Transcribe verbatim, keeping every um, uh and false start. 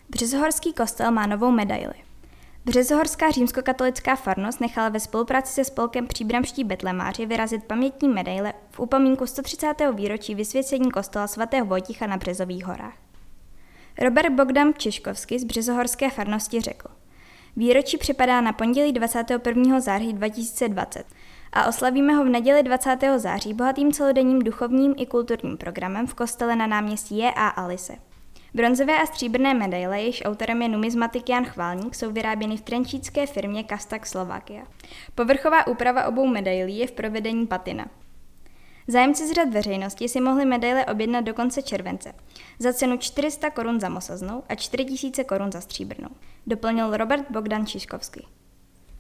Březohorský kostel má novou medaili. Březohorská římskokatolická farnost nechala ve spolupráci se spolkem Příbramští betlemáři vyrazit pamětní medaile v upomínku sto třicátého výročí vysvěcení kostela svatého Vojticha na Březových horách. Robert Bogdan Čižkovský z březohorské farnosti řekl: Výročí připadá na pondělí dvacátého prvního září dva tisíce dvacet a oslavíme ho v neděli dvacátého září bohatým celodenním duchovním i kulturním programem v kostele na náměstí J A Alise. Bronzové a stříbrné medaile, jejichž autorem je numizmatik Jan Chválník, jsou vyráběny v trenčínské firmě Kastax Slovakia. Povrchová úprava obou medailí je v provedení patina. Zájemci z řad veřejnosti si mohli medaile objednat do konce července za cenu čtyři sta korun za mosaznou a čtyři tisíce korun za stříbrnou, doplnil Robert Bogdan Čižkovský.